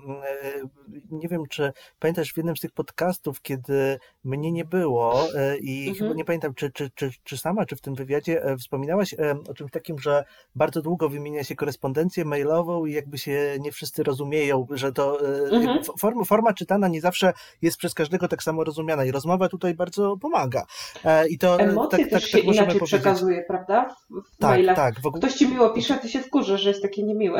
Speaker 1: nie wiem, czy pamiętasz w jednym z tych podcastów, kiedy mnie nie było i chyba nie pamiętam, czy sama, czy w tym wywiadzie wspominałaś o czymś takim, że bardzo długo wymienia się korespondencję mailową i jakby się nie wszyscy rozumieją, że to forma czytana nie zawsze jest przez każdego tak samo rozumiana i rozmowa tutaj bardzo pomaga. I to
Speaker 2: emocje też się inaczej przekazuje, prawda? W mailach. Tak. W ogóle... Ktoś ci miło pisze, ty się wkurzysz, że jest takie niemiłe.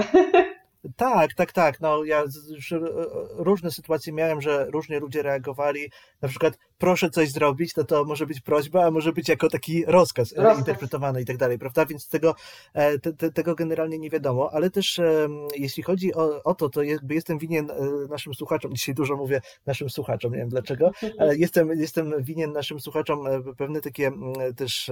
Speaker 1: Tak. No, ja już różne sytuacje miałem, że różnie ludzie reagowali. Na przykład proszę coś zrobić, to może być prośba, a może być jako taki rozkaz. Interpretowany i tak dalej, prawda? Więc tego generalnie nie wiadomo, ale też jeśli chodzi o to jakby jestem winien naszym słuchaczom, dzisiaj dużo mówię naszym słuchaczom, nie wiem dlaczego, ale jestem winien naszym słuchaczom pewne takie też...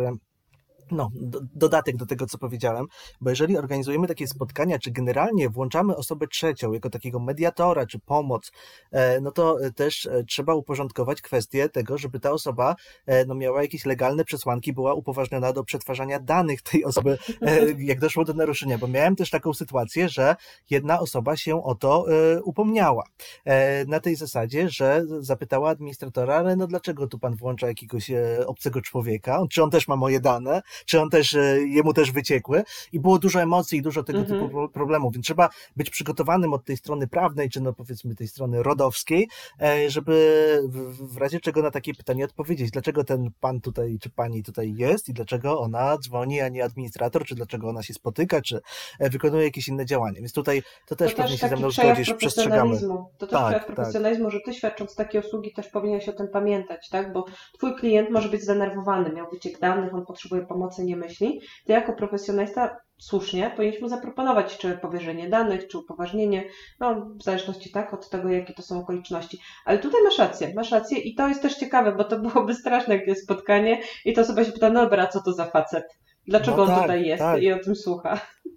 Speaker 1: dodatek do tego, co powiedziałem, bo jeżeli organizujemy takie spotkania, czy generalnie włączamy osobę trzecią jako takiego mediatora, czy pomoc, no to też trzeba uporządkować kwestię tego, żeby ta osoba miała jakieś legalne przesłanki, była upoważniona do przetwarzania danych tej osoby, jak doszło do naruszenia, bo miałem też taką sytuację, że jedna osoba się o to upomniała. Na tej zasadzie, że zapytała administratora, ale no dlaczego tu pan włącza jakiegoś obcego człowieka? Czy on też ma moje dane? Czy jemu też wyciekły i było dużo emocji i dużo tego typu problemów, więc trzeba być przygotowanym od tej strony prawnej, czy powiedzmy tej strony rodowskiej, żeby w razie czego na takie pytanie odpowiedzieć, dlaczego ten pan tutaj, czy pani tutaj jest i dlaczego ona dzwoni, a nie administrator, czy dlaczego ona się spotyka, czy wykonuje jakieś inne działania, więc tutaj to też pewnie się ze mną zgodzisz, przestrzegamy.
Speaker 2: To też przejaw profesjonalizmu, że ty świadcząc takie usługi też powinieneś o tym pamiętać, tak, bo twój klient może być zdenerwowany, miał wyciek danych, on potrzebuje pomocy, nie myśli, to jako profesjonalista słusznie powinniśmy zaproponować czy powierzenie danych, czy upoważnienie, w zależności tak od tego, jakie to są okoliczności. Ale tutaj masz rację i to jest też ciekawe, bo to byłoby straszne jakieś spotkanie i ta osoba się pyta, no dobra, co to za facet? Dlaczego on tutaj jest i o tym słucha?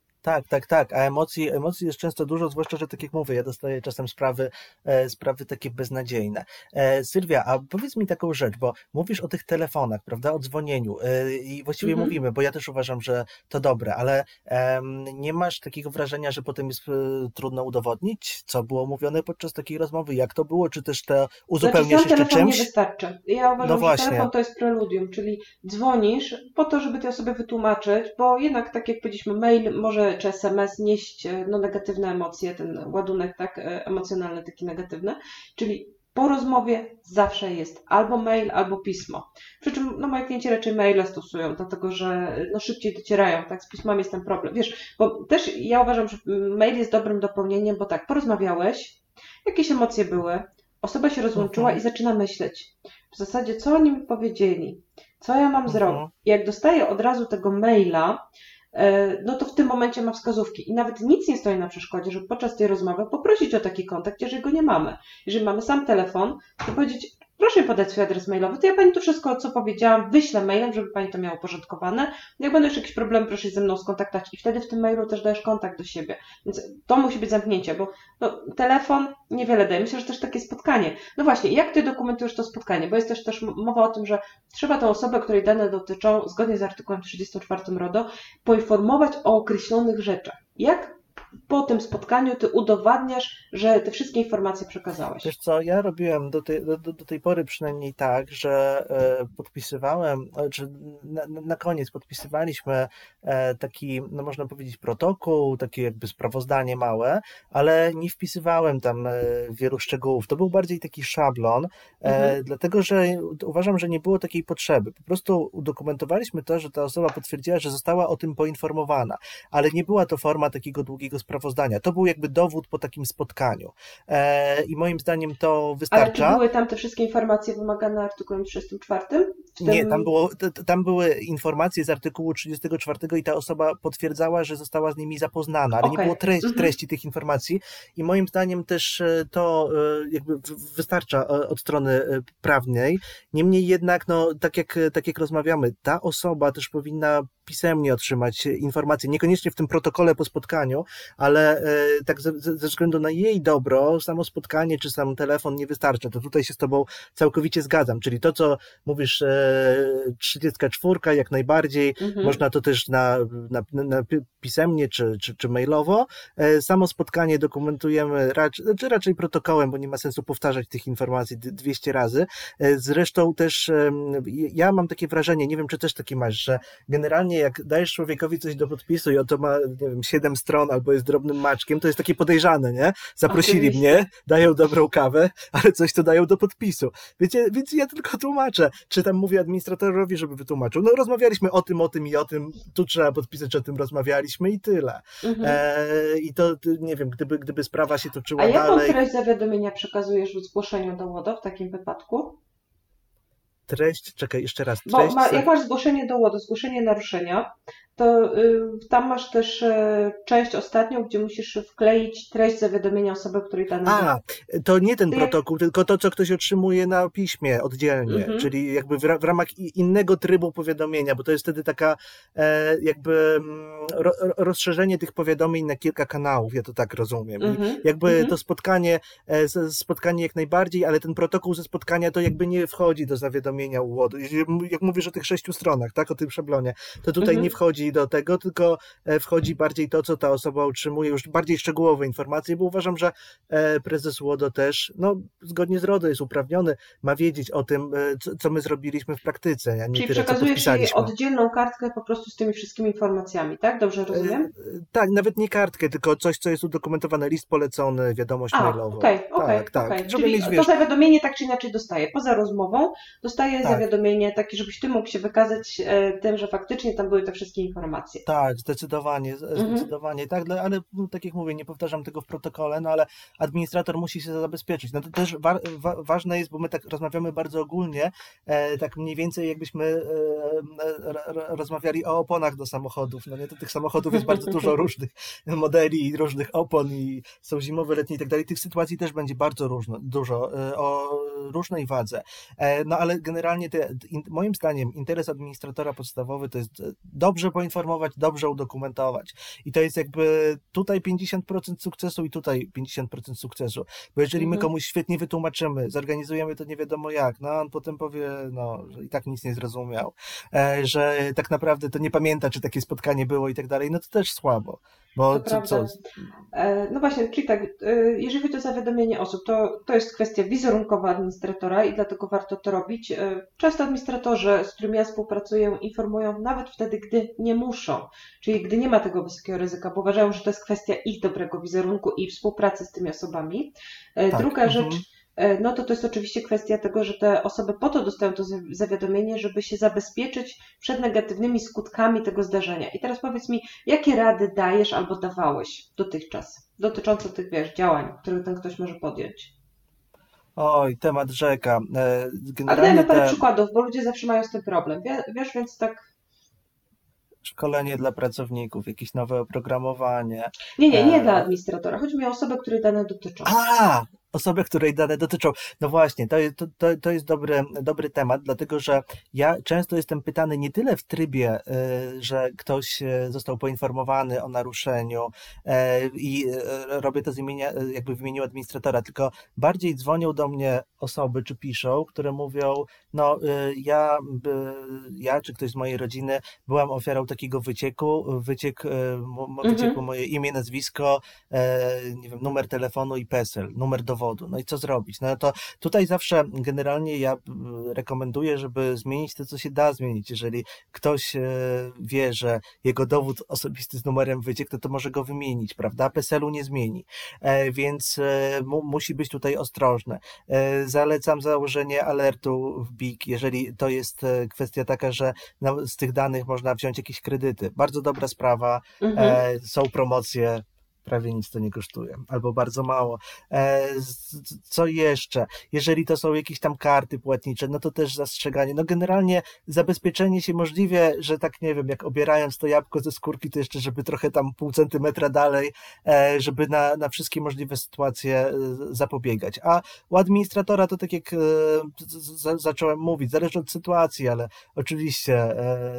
Speaker 1: Tak, a emocji jest często dużo, zwłaszcza, że tak jak mówię, ja dostaję czasem sprawy takie beznadziejne. Sylwia, a powiedz mi taką rzecz, bo mówisz o tych telefonach, prawda, o dzwonieniu i właściwie mówimy, bo ja też uważam, że to dobre, ale nie masz takiego wrażenia, że potem jest trudno udowodnić, co było mówione podczas takiej rozmowy, jak to było, czy też to uzupełniasz jeszcze czymś?
Speaker 2: Nie wystarczy. Ja uważam, że telefon to jest preludium, czyli dzwonisz po to, żeby tej osobie wytłumaczyć, bo jednak tak jak powiedzieliśmy, mail może czy SMS nieść negatywne emocje, ten ładunek tak emocjonalny, taki negatywny, czyli po rozmowie zawsze jest albo mail, albo pismo. Przy czym moi klienci raczej maile stosują, dlatego że szybciej docierają, tak, z pismami jest ten problem. Wiesz, bo też ja uważam, że mail jest dobrym dopełnieniem, bo tak, porozmawiałeś, jakieś emocje były, osoba się rozłączyła i zaczyna myśleć. W zasadzie, co oni mi powiedzieli, co ja mam zrobić. I jak dostaję od razu tego maila, no to w tym momencie ma wskazówki i nawet nic nie stoi na przeszkodzie, żeby podczas tej rozmowy poprosić o taki kontakt, jeżeli go nie mamy. Jeżeli mamy sam telefon, to powiedzieć, proszę mi podać swój adres mailowy, to ja Pani tu wszystko, co powiedziałam, wyślę mailem, żeby Pani to miała uporządkowane. Jak będą jeszcze jakieś problemy, proszę się ze mną skontaktować i wtedy w tym mailu też dajesz kontakt do siebie. Więc to musi być zamknięcie, bo telefon niewiele daje. Myślę, że też takie spotkanie. No właśnie, jak Ty dokumentujesz to spotkanie? Bo jest też mowa o tym, że trzeba tę osobę, której dane dotyczą, zgodnie z artykułem 34 RODO, poinformować o określonych rzeczach. Jak po tym spotkaniu ty udowadniasz, że te wszystkie informacje przekazałeś?
Speaker 1: Wiesz co, ja robiłem do tej pory przynajmniej tak, że podpisywałem, czy na koniec podpisywaliśmy taki, no można powiedzieć, protokół, takie jakby sprawozdanie małe, ale nie wpisywałem tam wielu szczegółów. To był bardziej taki szablon, dlatego że uważam, że nie było takiej potrzeby. Po prostu udokumentowaliśmy to, że ta osoba potwierdziła, że została o tym poinformowana, ale nie była to forma takiego długiego sprawozdania. To był jakby dowód po takim spotkaniu. I moim zdaniem to wystarcza.
Speaker 2: Ale czy były tam te wszystkie informacje wymagane artykułem 34?
Speaker 1: Nie, tam były informacje z artykułu 34 i ta osoba potwierdzała, że została z nimi zapoznana, ale nie było treści tych informacji i moim zdaniem też to jakby wystarcza od strony prawnej. Niemniej jednak, no tak jak rozmawiamy, ta osoba też powinna pisemnie otrzymać informacje, niekoniecznie w tym protokole po spotkaniu, ale tak ze względu na jej dobro, samo spotkanie czy sam telefon nie wystarcza. To tutaj się z tobą całkowicie zgadzam, czyli to, co mówisz, 34 jak najbardziej, można to też na pisemnie czy mailowo. Samo spotkanie dokumentujemy raczej protokołem, bo nie ma sensu powtarzać tych informacji 200 razy. Zresztą też ja mam takie wrażenie, nie wiem, czy też takie masz, że generalnie jak dajesz człowiekowi coś do podpisu i oto ma, nie wiem, 7 stron albo jest drobnym maczkiem, to jest takie podejrzane, nie? Zaprosili mnie, dają dobrą kawę, ale coś to dają do podpisu. Wiecie, więc ja tylko tłumaczę, czy tam mówię administratorowi, żeby wytłumaczył. No rozmawialiśmy o tym i o tym, tu trzeba podpisać, że o tym rozmawialiśmy i tyle. I to, nie wiem, gdyby sprawa się toczyła dalej.
Speaker 2: A jaką treść zawiadomienia przekazujesz w zgłoszeniu do łodo w takim wypadku?
Speaker 1: Treść, czekaj, jeszcze raz.
Speaker 2: Treść, jak masz zgłoszenie do łodo, zgłoszenie naruszenia, to tam masz też część ostatnią, gdzie musisz wkleić treść zawiadomienia osoby, której dane.
Speaker 1: To nie ten protokół, tylko to, co ktoś otrzymuje na piśmie oddzielnie, czyli jakby w ramach innego trybu powiadomienia, bo to jest wtedy taka jakby rozszerzenie tych powiadomień na kilka kanałów, ja to tak rozumiem. Jakby to spotkanie jak najbardziej, ale ten protokół ze spotkania to jakby nie wchodzi do zawiadomienia UOD. Jak mówisz o tych 6 stronach, tak, o tym szablonie, to tutaj nie wchodzi do tego, tylko wchodzi bardziej to, co ta osoba otrzymuje, już bardziej szczegółowe informacje, bo uważam, że prezes UODO też, no zgodnie z RODO jest uprawniony, ma wiedzieć o tym, co my zrobiliśmy w praktyce, a nie
Speaker 2: czyli
Speaker 1: tyle, co podpisaliśmy.
Speaker 2: Czyli przekazujesz jej oddzielną kartkę po prostu z tymi wszystkimi informacjami, tak? Dobrze rozumiem?
Speaker 1: Tak, nawet nie kartkę, tylko coś, co jest udokumentowane, list polecony, wiadomość mailową.
Speaker 2: Okej. Czyli to zawiadomienie tak czy inaczej dostaje. Poza rozmową dostaje zawiadomienie takie, żebyś ty mógł się wykazać tym, że faktycznie tam były te wszystkie informacje.
Speaker 1: Tak, zdecydowanie, tak, ale tak jak mówię, nie powtarzam tego w protokole, no ale administrator musi się zabezpieczyć. No to też ważne jest, bo my tak rozmawiamy bardzo ogólnie, tak mniej więcej jakbyśmy rozmawiali o oponach do samochodów, no nie, to tych samochodów jest bardzo dużo różnych modeli i różnych opon i są zimowe, letnie i tak dalej, tych sytuacji też będzie bardzo dużo, o różnej wadze, no ale generalnie moim zdaniem interes administratora podstawowy to jest dobrze poinformować, dobrze udokumentować. I to jest jakby tutaj 50% sukcesu i tutaj 50% sukcesu. Bo jeżeli my komuś świetnie wytłumaczymy, zorganizujemy to nie wiadomo jak, no on potem powie, no, że i tak nic nie zrozumiał, że tak naprawdę to nie pamięta, czy takie spotkanie było i tak dalej, no to też słabo. Bo co?
Speaker 2: No właśnie, czyli tak, jeżeli chodzi o zawiadomienie osób, to jest kwestia wizerunkowa administratora i dlatego warto to robić. Często administratorzy, z którymi ja współpracuję, informują nawet wtedy, gdy nie muszą, czyli gdy nie ma tego wysokiego ryzyka, bo uważają, że to jest kwestia ich dobrego wizerunku i współpracy z tymi osobami. Druga rzecz, no to jest oczywiście kwestia tego, że te osoby po to dostają to zawiadomienie, żeby się zabezpieczyć przed negatywnymi skutkami tego zdarzenia. I teraz powiedz mi, jakie rady dajesz albo dawałeś dotychczas dotyczące tych, działań, które ten ktoś może podjąć?
Speaker 1: Oj, temat rzeka.
Speaker 2: Ale dajmy parę przykładów, bo ludzie zawsze mają z tym problem. Wiesz, więc tak...
Speaker 1: Szkolenie dla pracowników, jakieś nowe oprogramowanie.
Speaker 2: Nie dla administratora. Chodzi mi o osobę, której dane dotyczą.
Speaker 1: Osobę, której dane dotyczą. No właśnie, to jest dobry temat, dlatego że ja często jestem pytany nie tyle w trybie, że ktoś został poinformowany o naruszeniu i robię to jakby w imieniu administratora, tylko bardziej dzwonią do mnie osoby, czy piszą, które mówią, no ja czy ktoś z mojej rodziny byłam ofiarą takiego wycieku, wyciekło moje imię, nazwisko, nie wiem, numer telefonu i PESEL, numer dowodu. No i co zrobić? No to tutaj zawsze generalnie ja rekomenduję, żeby zmienić to, co się da zmienić. Jeżeli ktoś wie, że jego dowód osobisty z numerem wyciekł, to może go wymienić, prawda? PESEL-u nie zmieni. Więc musi być tutaj ostrożne. Zalecam założenie alertu w BIG, jeżeli to jest kwestia taka, że z tych danych można wziąć jakieś kredyty. Bardzo dobra sprawa, są promocje, prawie nic to nie kosztuje, albo bardzo mało. Co jeszcze? Jeżeli to są jakieś tam karty płatnicze, no to też zastrzeganie. No generalnie zabezpieczenie się możliwie, że tak nie wiem, jak obierając to jabłko ze skórki, to jeszcze żeby trochę tam pół centymetra dalej, żeby na wszystkie możliwe sytuacje zapobiegać. A u administratora to tak jak zacząłem mówić, zależy od sytuacji, ale oczywiście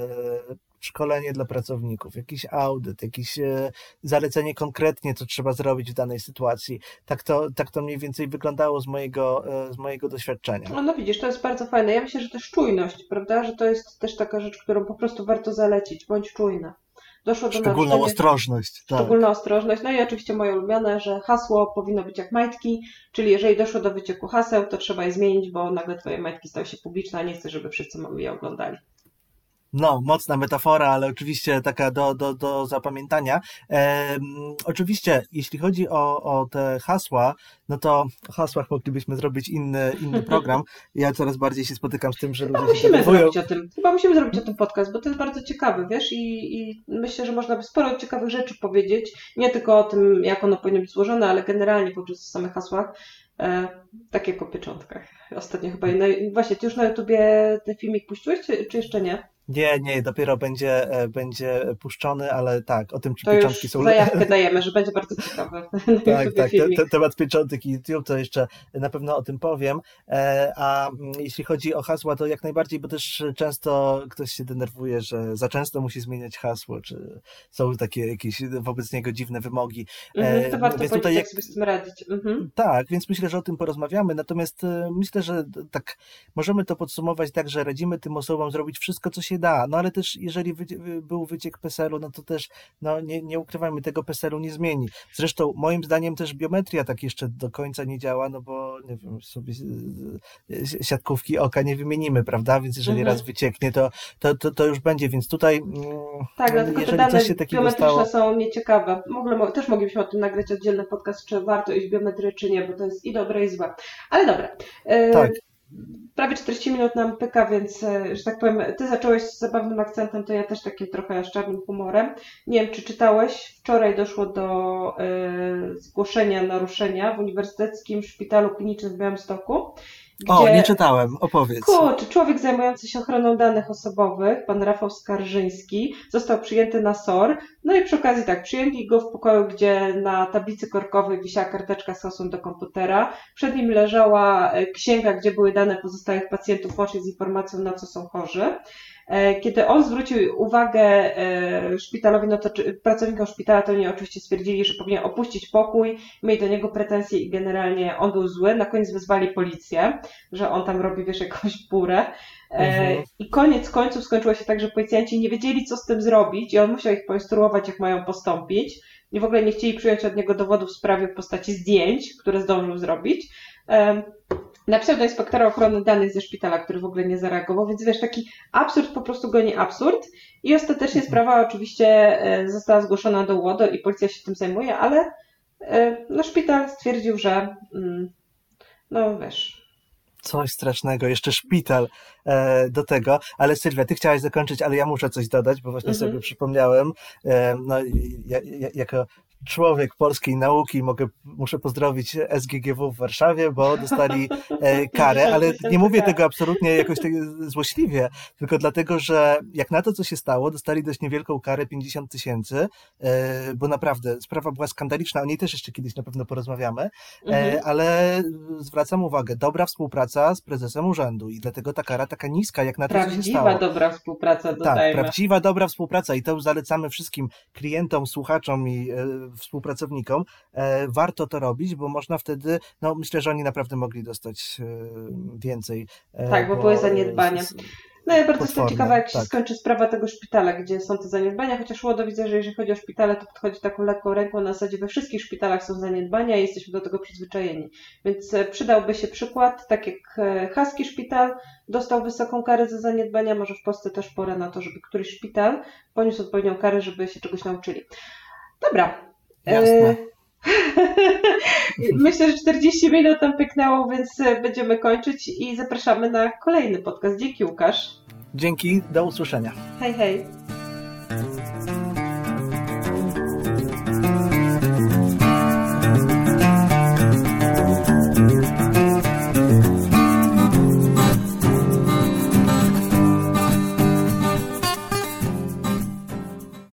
Speaker 1: szkolenie dla pracowników, jakiś audyt, jakieś zalecenie konkretnie, co trzeba zrobić w danej sytuacji. Tak to mniej więcej wyglądało z mojego doświadczenia.
Speaker 2: No widzisz, to jest bardzo fajne. Ja myślę, że też czujność, prawda, że to jest też taka rzecz, którą po prostu warto zalecić, bądź czujna. Doszło do
Speaker 1: szczególną ostrożność.
Speaker 2: Szczególna ostrożność. No i oczywiście moje ulubione, że hasło powinno być jak majtki, czyli jeżeli doszło do wycieku haseł, to trzeba je zmienić, bo nagle twoje majtki stały się publiczne, a nie chcę, żeby wszyscy je oglądali.
Speaker 1: No, mocna metafora, ale oczywiście taka do zapamiętania. Oczywiście, jeśli chodzi o te hasła, no to o hasłach moglibyśmy zrobić inny program. Ja coraz bardziej się spotykam z tym, że ludzie się denerwują.
Speaker 2: Chyba musimy zrobić o tym podcast, bo to jest bardzo ciekawy, wiesz, i myślę, że można by sporo ciekawych rzeczy powiedzieć, nie tylko o tym, jak ono powinno być złożone, ale generalnie po prostu o samych hasłach. Tak jak o pieczątkach. Ostatnio chyba. Właśnie, ty już na YouTubie ten filmik puściłeś, czy jeszcze nie?
Speaker 1: Nie, dopiero będzie puszczony, ale tak, o tym, czy
Speaker 2: to
Speaker 1: pieczątki są...
Speaker 2: zajawkę dajemy, że będzie bardzo ciekawy.
Speaker 1: Tak, temat pieczątek i YouTube, to jeszcze na pewno o tym powiem. A jeśli chodzi o hasła, to jak najbardziej, bo też często ktoś się denerwuje, że za często musi zmieniać hasło, czy są takie jakieś wobec niego dziwne wymogi.
Speaker 2: To warto powiedzieć, tutaj jak sobie z tym radzić.
Speaker 1: Tak, więc myślę, że o tym porozmawiamy, natomiast myślę, że tak możemy to podsumować tak, że radzimy tym osobom zrobić wszystko, co się da, no ale też jeżeli był wyciek PESEL-u, no to też nie ukrywajmy, tego PESEL-u nie zmieni. Zresztą moim zdaniem też biometria tak jeszcze do końca nie działa, no bo nie wiem, sobie siatkówki oka nie wymienimy, prawda, więc jeżeli raz wycieknie, to już będzie, więc tutaj
Speaker 2: tak, dlatego
Speaker 1: jeżeli
Speaker 2: te dane
Speaker 1: coś się takiego
Speaker 2: biometryczne
Speaker 1: stało...
Speaker 2: są nieciekawe. Też moglibyśmy o tym nagrać oddzielny podcast, czy warto iść biometry, czy nie, bo to jest i dobre, i złe. Ale dobra.
Speaker 1: Tak.
Speaker 2: Prawie 40 minut nam pyka, więc, że tak powiem, ty zacząłeś z zabawnym akcentem, to ja też takim trochę z czarnym humorem. Nie wiem, czy czytałeś, wczoraj doszło do zgłoszenia naruszenia w Uniwersyteckim Szpitalu Klinicznym w Białymstoku.
Speaker 1: O, nie czytałem, opowiedz.
Speaker 2: Kurczę, człowiek zajmujący się ochroną danych osobowych, pan Rafał Skarżyński, został przyjęty na SOR. No i przy okazji tak, przyjęli go w pokoju, gdzie na tablicy korkowej wisiała karteczka z hasłem do komputera. Przed nim leżała księga, gdzie były dane pozostałych pacjentów, łącznie z informacją, na co są chorzy. Kiedy on zwrócił uwagę szpitalowi, no to pracownikom szpitala, to oni oczywiście stwierdzili, że powinien opuścić pokój, mieli do niego pretensje i generalnie on był zły. Na koniec wezwali policję, że on tam robi, wiesz, jakąś burę. I koniec końców skończyło się tak, że policjanci nie wiedzieli, co z tym zrobić i on musiał ich poinstruować, jak mają postąpić. I w ogóle nie chcieli przyjąć od niego dowodów w sprawie w postaci zdjęć, które zdążył zrobić. Napisał do inspektora ochrony danych ze szpitala, który w ogóle nie zareagował, więc wiesz, taki absurd po prostu goni absurd i ostatecznie sprawa oczywiście została zgłoszona do UODO i policja się tym zajmuje, ale no, szpital stwierdził, że no wiesz...
Speaker 1: Coś strasznego, jeszcze szpital do tego, ale Sylwia, ty chciałaś zakończyć, ale ja muszę coś dodać, bo właśnie sobie przypomniałem, no jako człowiek polskiej nauki, muszę pozdrowić SGGW w Warszawie, bo dostali karę, ale nie mówię tego absolutnie jakoś tak złośliwie, tylko dlatego, że jak na to, co się stało, dostali dość niewielką karę 50 000, bo naprawdę sprawa była skandaliczna, o niej też jeszcze kiedyś na pewno porozmawiamy, ale zwracam uwagę, dobra współpraca z prezesem urzędu i dlatego ta kara taka niska, jak na to, co się stało.
Speaker 2: Prawdziwa dobra współpraca, dodajmy.
Speaker 1: Tak, prawdziwa dobra współpraca i to zalecamy wszystkim klientom, słuchaczom i współpracownikom. Warto to robić, bo można wtedy, no myślę, że oni naprawdę mogli dostać więcej.
Speaker 2: Tak, bo były zaniedbania. No ja bardzo jestem ciekawa, jak się skończy sprawa tego szpitala, gdzie są te zaniedbania, chociaż Łodo widzę, że jeżeli chodzi o szpitale, to podchodzi taką lekką ręką, na zasadzie we wszystkich szpitalach są zaniedbania i jesteśmy do tego przyzwyczajeni. Więc przydałby się przykład, tak jak Haski Szpital dostał wysoką karę za zaniedbania, może w Polsce też pora na to, żeby któryś szpital poniósł odpowiednią karę, żeby się czegoś nauczyli. Dobra.
Speaker 1: Jasne.
Speaker 2: Myślę, że 40 minut tam pyknęło, więc będziemy kończyć i zapraszamy na kolejny podcast. Dzięki, Łukasz.
Speaker 1: Dzięki, do usłyszenia.
Speaker 2: Hej, hej.